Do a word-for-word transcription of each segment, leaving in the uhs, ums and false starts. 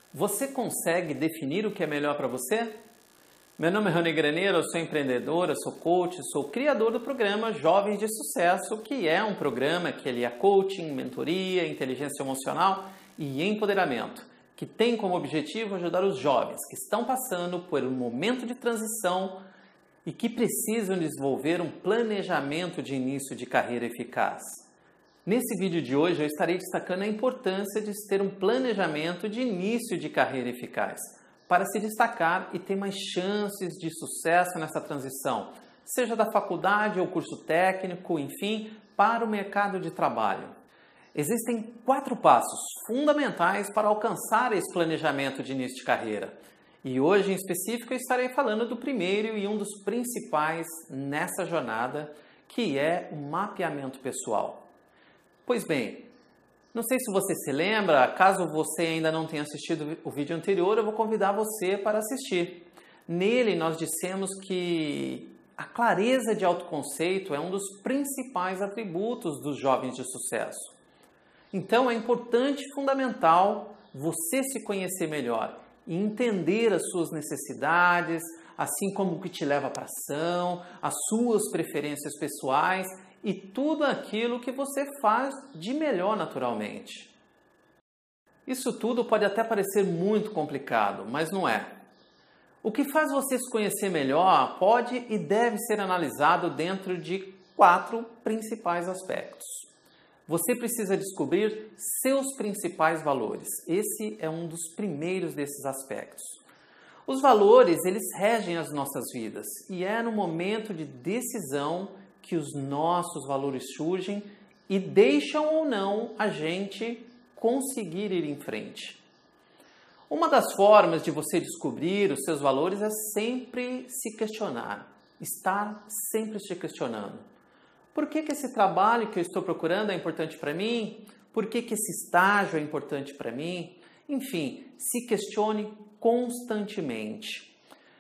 Você consegue definir o que é melhor para você? Meu nome é Rony Graneiro, eu sou empreendedora, sou coach, sou criador do programa Jovens de Sucesso, que é um programa que ele é coaching, mentoria, inteligência emocional e empoderamento, que tem como objetivo ajudar os jovens que estão passando por um momento de transição e que precisam desenvolver um planejamento de início de carreira eficaz. Nesse vídeo de hoje eu estarei destacando a importância de ter um planejamento de início de carreira eficaz para se destacar e ter mais chances de sucesso nessa transição, seja da faculdade ou curso técnico, enfim, para o mercado de trabalho. Existem quatro passos fundamentais para alcançar esse planejamento de início de carreira. E hoje, em específico, eu estarei falando do primeiro e um dos principais nessa jornada, que é o mapeamento pessoal. Pois bem, não sei se você se lembra, caso você ainda não tenha assistido o vídeo anterior, eu vou convidar você para assistir. Nele nós dissemos que a clareza de autoconceito é um dos principais atributos dos jovens de sucesso. Então é importante e fundamental você se conhecer melhor e entender as suas necessidades, assim como o que te leva para a ação, as suas preferências pessoais e tudo aquilo que você faz de melhor naturalmente. Isso tudo pode até parecer muito complicado, mas não é. O que faz você se conhecer melhor pode e deve ser analisado dentro de quatro principais aspectos. Você precisa descobrir seus principais valores. Esse é um dos primeiros desses aspectos. Os valores, eles regem as nossas vidas e é no momento de decisão que os nossos valores surgem e deixam ou não a gente conseguir ir em frente. Uma das formas de você descobrir os seus valores é sempre se questionar, estar sempre se questionando. Por que que esse trabalho que eu estou procurando é importante para mim? Por que que esse estágio é importante para mim? Enfim, se questione constantemente.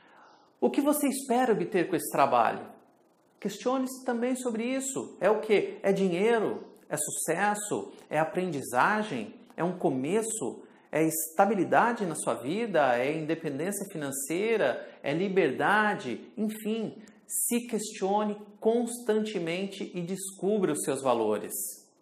O que você espera obter com esse trabalho? Questione-se também sobre isso. É o quê? É dinheiro? É sucesso? É aprendizagem? É um começo? É estabilidade na sua vida? É independência financeira? É liberdade? Enfim, se questione constantemente e descubra os seus valores.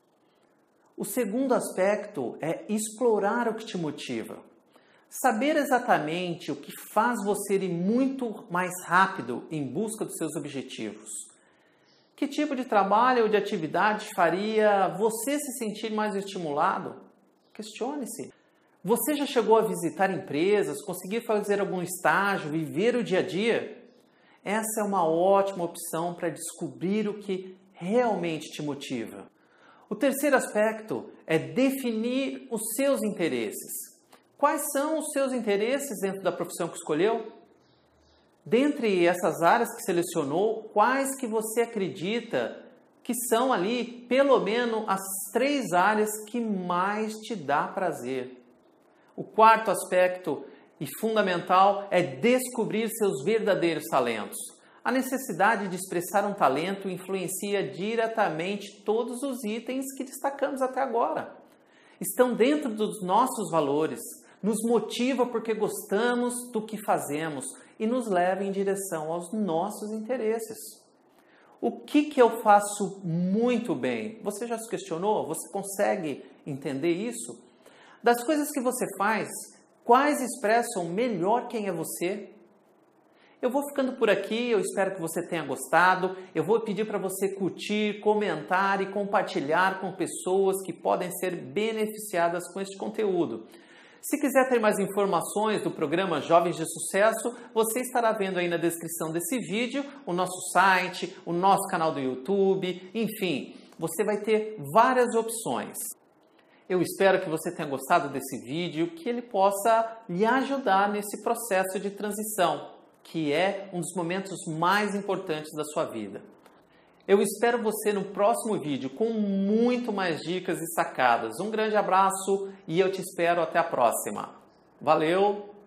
O segundo aspecto é explorar o que te motiva. Saber exatamente o que faz você ir muito mais rápido em busca dos seus objetivos. Que tipo de trabalho ou de atividade faria você se sentir mais estimulado? Questione-se. Você já chegou a visitar empresas, conseguir fazer algum estágio, viver o dia a dia? Essa é uma ótima opção para descobrir o que realmente te motiva. O terceiro aspecto é definir os seus interesses. Quais são os seus interesses dentro da profissão que escolheu? Dentre essas áreas que selecionou, quais que você acredita que são ali, pelo menos, as três áreas que mais te dá prazer? O quarto aspecto e fundamental é descobrir seus verdadeiros talentos. A necessidade de expressar um talento influencia diretamente todos os itens que destacamos até agora. Estão dentro dos nossos valores, nos motiva porque gostamos do que fazemos e nos leva em direção aos nossos interesses. O que que eu faço muito bem? Você já se questionou? Você consegue entender isso? Das coisas que você faz, quais expressam melhor quem é você? Eu vou ficando por aqui, eu espero que você tenha gostado. Eu vou pedir para você curtir, comentar e compartilhar com pessoas que podem ser beneficiadas com este conteúdo. Se quiser ter mais informações do programa Jovens de Sucesso, você estará vendo aí na descrição desse vídeo o nosso site, o nosso canal do YouTube, enfim, você vai ter várias opções. Eu espero que você tenha gostado desse vídeo, que ele possa lhe ajudar nesse processo de transição, que é um dos momentos mais importantes da sua vida. Eu espero você no próximo vídeo com muito mais dicas e sacadas. Um grande abraço e eu te espero até a próxima. Valeu!